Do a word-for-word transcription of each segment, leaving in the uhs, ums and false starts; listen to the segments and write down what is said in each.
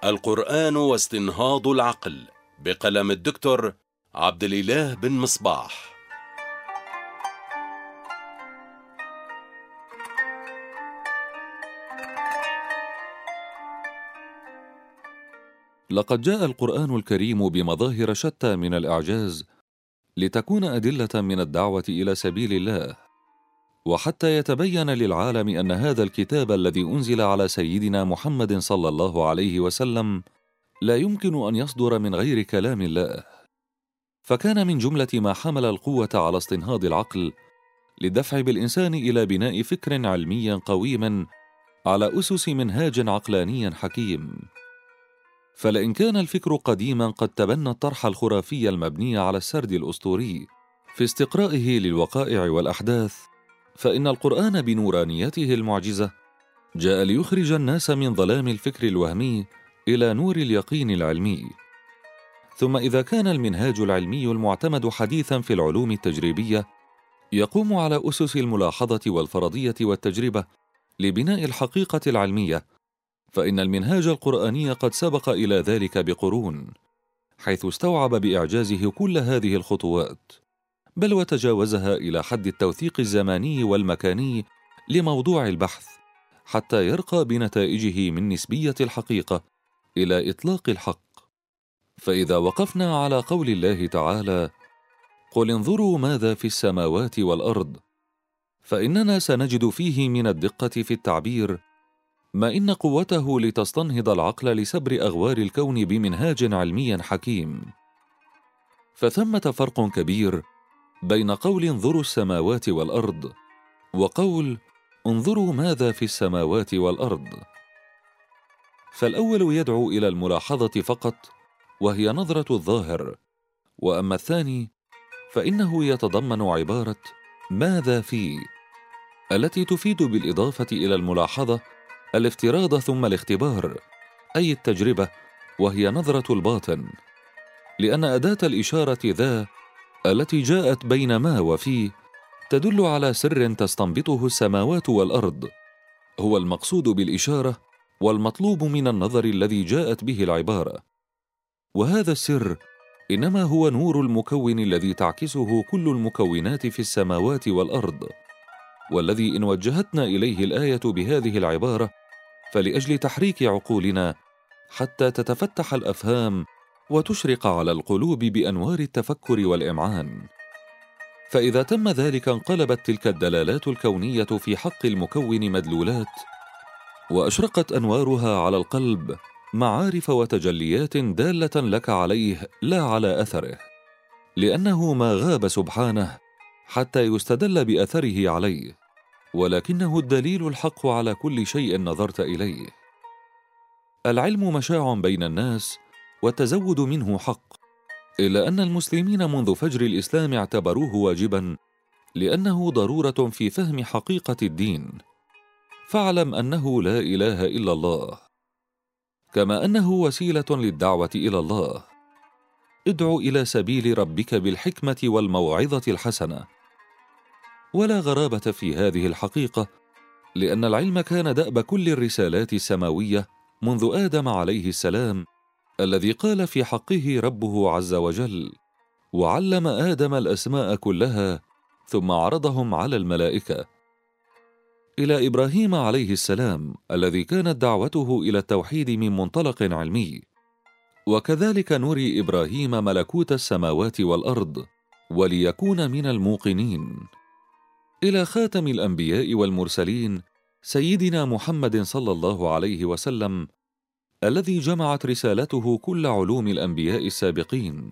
القرآن واستنهاض العقل بقلم الدكتور عبد الإله بن مصباح. لقد جاء القرآن الكريم بمظاهر شتى من الإعجاز لتكون أدلة من الدعوة إلى سبيل الله، وحتى يتبين للعالم أن هذا الكتاب الذي أنزل على سيدنا محمد صلى الله عليه وسلم لا يمكن أن يصدر من غير كلام الله. فكان من جملة ما حمل القوة على استنهاض العقل للدفع بالإنسان إلى بناء فكر علمي قويم على أسس منهاج عقلاني حكيم. فلئن كان الفكر قديما قد تبنى الطرح الخرافي المبني على السرد الأسطوري في استقرائه للوقائع والأحداث، فإن القرآن بنورانيته المعجزة جاء ليخرج الناس من ظلام الفكر الوهمي إلى نور اليقين العلمي. ثم إذا كان المنهاج العلمي المعتمد حديثا في العلوم التجريبية يقوم على أسس الملاحظة والفرضية والتجربة لبناء الحقيقة العلمية، فإن المنهاج القرآني قد سبق إلى ذلك بقرون، حيث استوعب بإعجازه كل هذه الخطوات، بل وتجاوزها إلى حد التوثيق الزماني والمكاني لموضوع البحث، حتى يرقى بنتائجه من نسبية الحقيقة إلى إطلاق الحق. فإذا وقفنا على قول الله تعالى: قل انظروا ماذا في السماوات والأرض، فإننا سنجد فيه من الدقة في التعبير ما إن قوته لتستنهض العقل لسبر أغوار الكون بمنهاج علمي حكيم. فثمة فرق كبير بين قول انظروا السماوات والأرض وقول انظروا ماذا في السماوات والأرض. فالأول يدعو إلى الملاحظة فقط وهي نظرة الظاهر، وأما الثاني فإنه يتضمن عبارة ماذا في، التي تفيد بالإضافة إلى الملاحظة الافتراض ثم الاختبار، أي التجربة، وهي نظرة الباطن، لأن أداة الإشارة ذا التي جاءت بين ما وفي تدل على سر تستنبطه السماوات والأرض هو المقصود بالإشارة والمطلوب من النظر الذي جاءت به العبارة. وهذا السر إنما هو نور المكون الذي تعكسه كل المكونات في السماوات والأرض، والذي إن وجهتنا إليه الآية بهذه العبارة فلأجل تحريك عقولنا حتى تتفتح الأفهام وتشرق على القلوب بأنوار التفكر والإمعان. فإذا تم ذلك انقلبت تلك الدلالات الكونية في حق المكون مدلولات، وأشرقت أنوارها على القلب معارف وتجليات دالة لك عليه لا على أثره، لأنه ما غاب سبحانه حتى يستدل بأثره عليه، ولكنه الدليل الحق على كل شيء نظرت إليه. العلم مشاع بين الناس والتزود منه حق، إلا أن المسلمين منذ فجر الإسلام اعتبروه واجبا لأنه ضرورة في فهم حقيقة الدين. فاعلم أنه لا إله إلا الله، كما أنه وسيلة للدعوة إلى الله. ادع إلى سبيل ربك بالحكمة والموعظة الحسنة. ولا غرابة في هذه الحقيقة، لأن العلم كان دأب كل الرسالات السماوية منذ آدم عليه السلام، الذي قال في حقه ربه عز وجل: وعلم آدم الأسماء كلها ثم عرضهم على الملائكة، إلى إبراهيم عليه السلام الذي كانت دعوته إلى التوحيد من منطلق علمي، وكذلك نري إبراهيم ملكوت السماوات والأرض وليكون من الموقنين، إلى خاتم الأنبياء والمرسلين سيدنا محمد صلى الله عليه وسلم الذي جمعت رسالته كل علوم الأنبياء السابقين.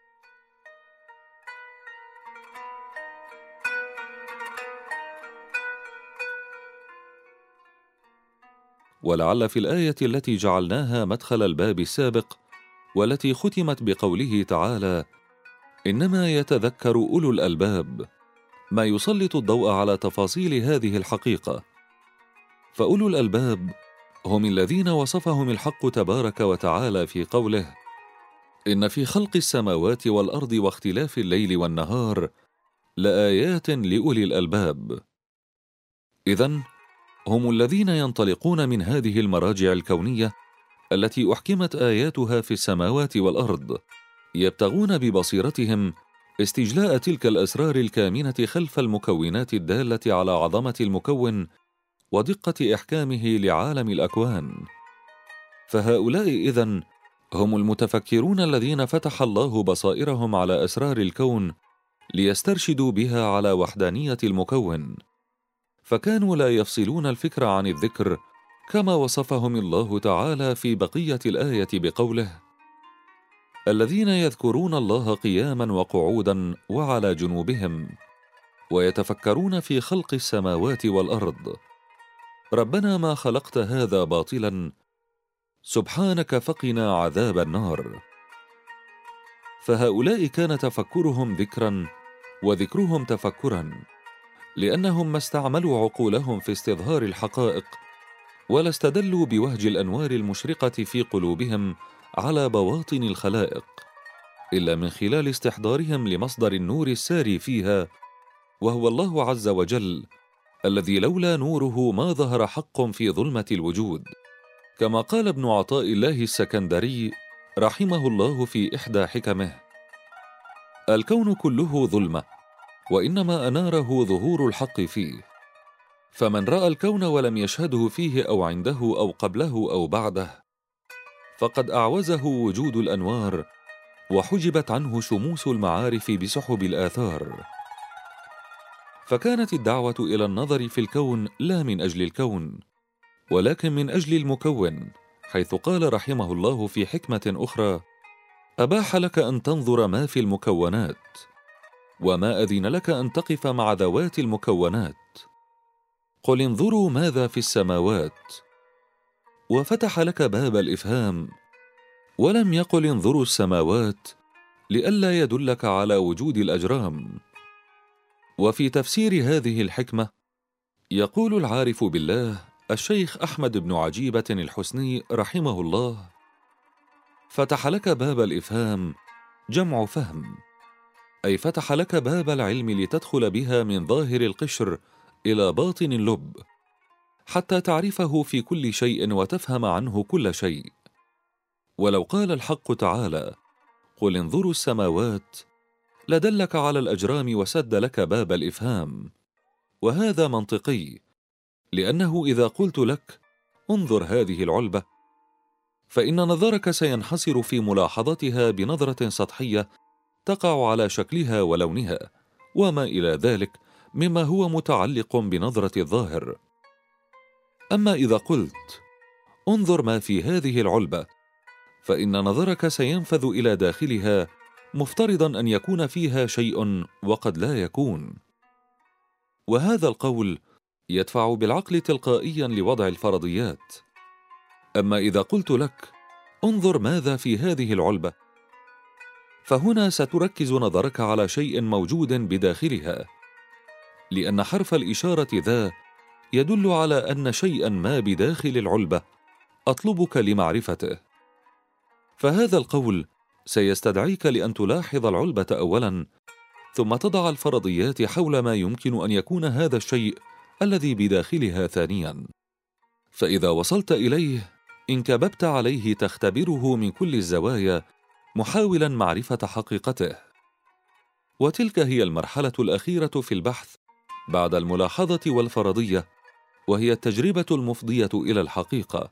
ولعل في الآية التي جعلناها مدخل الباب السابق والتي ختمت بقوله تعالى: إنما يتذكر أولو الألباب، ما يسلط الضوء على تفاصيل هذه الحقيقة. فأولو الألباب هم الذين وصفهم الحق تبارك وتعالى في قوله: إن في خلق السماوات والأرض واختلاف الليل والنهار لآيات لأولي الألباب. إذن هم الذين ينطلقون من هذه المراجع الكونية التي أحكمت آياتها في السماوات والأرض، يبتغون ببصيرتهم استجلاء تلك الأسرار الكامنة خلف المكونات الدالة على عظمة المكون ودقة إحكامه لعالم الأكوان. فهؤلاء إذن هم المتفكرون الذين فتح الله بصائرهم على أسرار الكون ليسترشدوا بها على وحدانية المكون، فكانوا لا يفصلون الفكر عن الذكر، كما وصفهم الله تعالى في بقية الآية بقوله: الذين يذكرون الله قياما وقعودا وعلى جنوبهم ويتفكرون في خلق السماوات والأرض ربنا ما خلقت هذا باطلا سبحانك فقنا عذاب النار. فهؤلاء كان تفكرهم ذكرا وذكرهم تفكرا، لأنهم ما استعملوا عقولهم في استظهار الحقائق، ولا استدلوا بوهج الأنوار المشرقة في قلوبهم على بواطن الخلائق، إلا من خلال استحضارهم لمصدر النور الساري فيها، وهو الله عز وجل، الذي لولا نوره ما ظهر حق في ظلمة الوجود. كما قال ابن عطاء الله السكندري رحمه الله في إحدى حكمه: الكون كله ظلمة، وإنما أناره ظهور الحق فيه، فمن رأى الكون ولم يشهده فيه أو عنده أو قبله أو بعده فقد أعوزه وجود الأنوار، وحجبت عنه شموس المعارف بسحب الآثار. فكانت الدعوة إلى النظر في الكون لا من أجل الكون، ولكن من أجل المكون، حيث قال رحمه الله في حكمة أخرى: أباح لك أن تنظر ما في المكونات، وما أذن لك أن تقف مع ذوات المكونات. قل انظروا ماذا في السماوات، وفتح لك باب الإفهام، ولم يقل انظروا السماوات لئلا يدلك على وجود الأجرام. وفي تفسير هذه الحكمة يقول العارف بالله الشيخ أحمد بن عجيبة الحسني رحمه الله: فتح لك باب الإفهام جمع فهم، أي فتح لك باب العلم لتدخل بها من ظاهر القشر إلى باطن اللب، حتى تعرفه في كل شيء وتفهم عنه كل شيء. ولو قال الحق تعالى: قل انظروا السماوات، لدلك على الأجرام وسد لك باب الإفهام. وهذا منطقي، لأنه إذا قلت لك انظر هذه العلبة، فإن نظرك سينحصر في ملاحظتها بنظرة سطحية تقع على شكلها ولونها وما إلى ذلك مما هو متعلق بنظرة الظاهر. أما إذا قلت انظر ما في هذه العلبة، فإن نظرك سينفذ إلى داخلها، مفترضا أن يكون فيها شيء وقد لا يكون. وهذا القول يدفع بالعقل تلقائيا لوضع الفرضيات. أما إذا قلت لك انظر ماذا في هذه العلبة، فهنا ستركز نظرك على شيء موجود بداخلها، لأن حرف الإشارة ذا يدل على أن شيئا ما بداخل العلبة أطلبك لمعرفته. فهذا القول سيستدعيك لأن تلاحظ العلبة أولا، ثم تضع الفرضيات حول ما يمكن أن يكون هذا الشيء الذي بداخلها ثانيا. فإذا وصلت إليه انكببت عليه تختبره من كل الزوايا محاولا معرفة حقيقته. وتلك هي المرحلة الأخيرة في البحث بعد الملاحظة والفرضية، وهي التجربة المفضية إلى الحقيقة.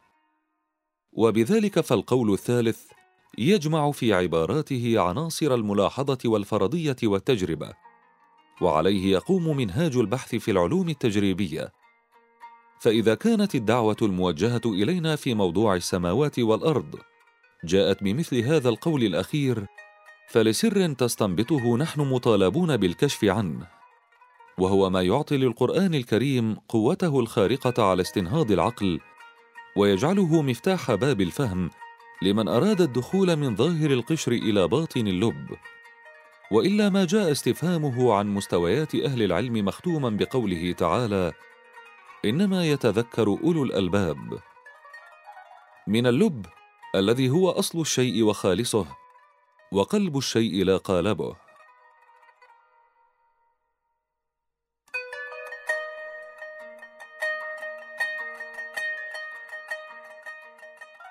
وبذلك فالقول الثالث يجمع في عباراته عناصر الملاحظة والفرضية والتجربة، وعليه يقوم منهاج البحث في العلوم التجريبية. فإذا كانت الدعوة الموجهة إلينا في موضوع السماوات والأرض جاءت بمثل هذا القول الأخير، فلسر تستنبطه نحن مطالبون بالكشف عنه، وهو ما يعطي للقرآن الكريم قوته الخارقة على استنهاض العقل، ويجعله مفتاح باب الفهم لمن أراد الدخول من ظاهر القشر إلى باطن اللب. وإلا ما جاء استفهامه عن مستويات أهل العلم مختوما بقوله تعالى: إنما يتذكر أولو الألباب. من اللب الذي هو أصل الشيء وخالصه، وقلب الشيء لا قالبه.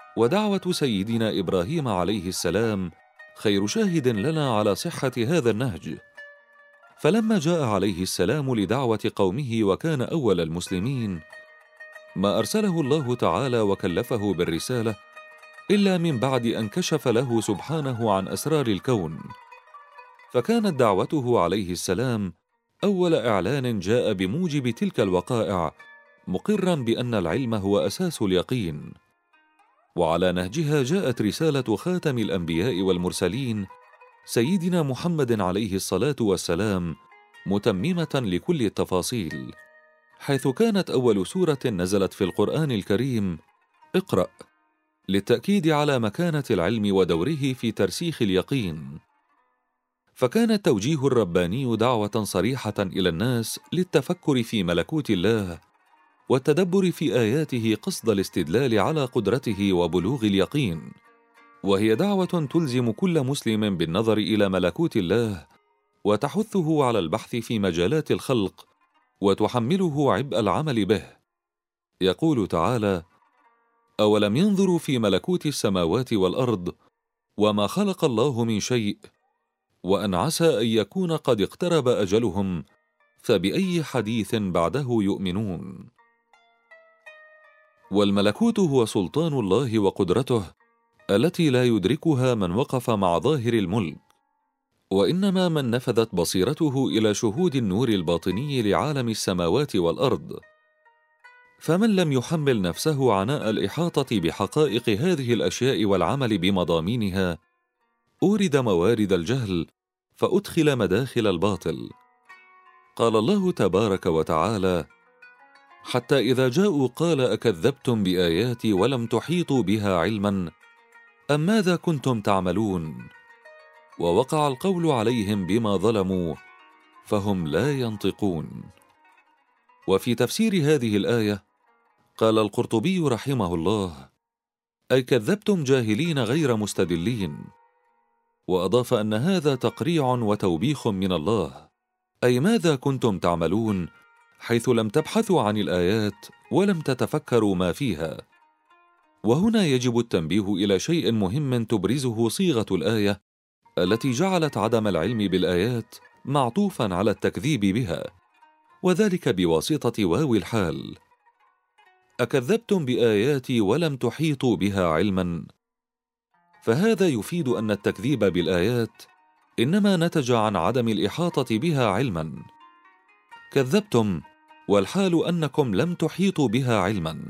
ودعوة سيدنا إبراهيم عليه السلام خير شاهد لنا على صحة هذا النهج. فلما جاء عليه السلام لدعوة قومه وكان أول المسلمين، ما أرسله الله تعالى وكلفه بالرسالة إلا من بعد أن كشف له سبحانه عن أسرار الكون، فكانت دعوته عليه السلام أول إعلان جاء بموجب تلك الوقائع، مقراً بأن العلم هو أساس اليقين. وعلى نهجها جاءت رسالة خاتم الأنبياء والمرسلين سيدنا محمد عليه الصلاة والسلام، متممة لكل التفاصيل، حيث كانت أول سورة نزلت في القرآن الكريم اقرأ، للتأكيد على مكانة العلم ودوره في ترسيخ اليقين. فكان التوجيه الرباني دعوة صريحة إلى الناس للتفكر في ملكوت الله والتدبر في آياته قصد الاستدلال على قدرته وبلوغ اليقين، وهي دعوة تلزم كل مسلم بالنظر إلى ملكوت الله وتحثه على البحث في مجالات الخلق وتحمله عبء العمل به. يقول تعالى: أولم ينظروا في ملكوت السماوات والأرض وما خلق الله من شيء وأن عسى أن يكون قد اقترب أجلهم فبأي حديث بعده يؤمنون. والملكوت هو سلطان الله وقدرته التي لا يدركها من وقف مع ظاهر الملك، وإنما من نفذت بصيرته إلى شهود النور الباطني لعالم السماوات والأرض. فمن لم يحمل نفسه عناء الإحاطة بحقائق هذه الأشياء والعمل بمضامينها، أورد موارد الجهل فأدخل مداخل الباطل. قال الله تبارك وتعالى: حتى إذا جاءوا قال أكذبتم بآياتي ولم تحيطوا بها علما أم ماذا كنتم تعملون؟ ووقع القول عليهم بما ظلموا فهم لا ينطقون. وفي تفسير هذه الآية قال القرطبي رحمه الله: أي كذبتم جاهلين غير مستدلين. وأضاف أن هذا تقريع وتوبيخ من الله، أي ماذا كنتم تعملون، حيث لم تبحثوا عن الآيات ولم تتفكروا ما فيها. وهنا يجب التنبيه إلى شيء مهم تبرزه صيغة الآية التي جعلت عدم العلم بالآيات معطوفا على التكذيب بها، وذلك بواسطة واو الحال. أكذبتم بآياتي ولم تحيطوا بها علما، فهذا يفيد أن التكذيب بالآيات إنما نتج عن عدم الإحاطة بها علما. كذبتم والحال أنكم لم تحيطوا بها علما.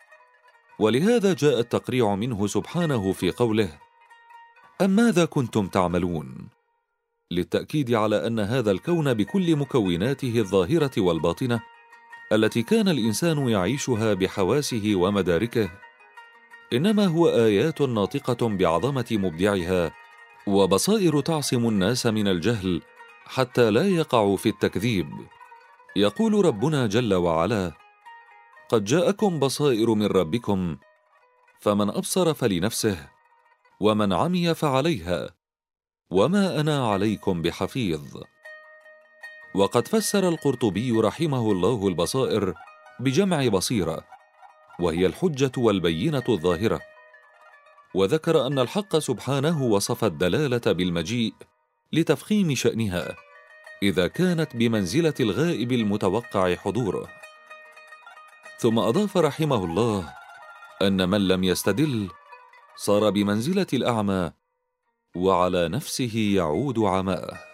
ولهذا جاء التقريع منه سبحانه في قوله: أم ماذا كنتم تعملون، للتأكيد على أن هذا الكون بكل مكوناته الظاهرة والباطنة التي كان الإنسان يعيشها بحواسه ومداركه إنما هو آيات ناطقة بعظمة مبدعها وبصائر تعصم الناس من الجهل حتى لا يقعوا في التكذيب. يقول ربنا جل وعلا: قد جاءكم بصائر من ربكم فمن أبصر فلنفسه ومن عمي فعليها وما أنا عليكم بحفيظ. وقد فسر القرطبي رحمه الله البصائر بجمع بصيرة، وهي الحجة والبينة الظاهرة، وذكر أن الحق سبحانه وصف الدلالة بالمجيء لتفخيم شأنها إذا كانت بمنزلة الغائب المتوقع حضوره. ثم أضاف رحمه الله أن من لم يستدل صار بمنزلة الأعمى وعلى نفسه يعود عماه.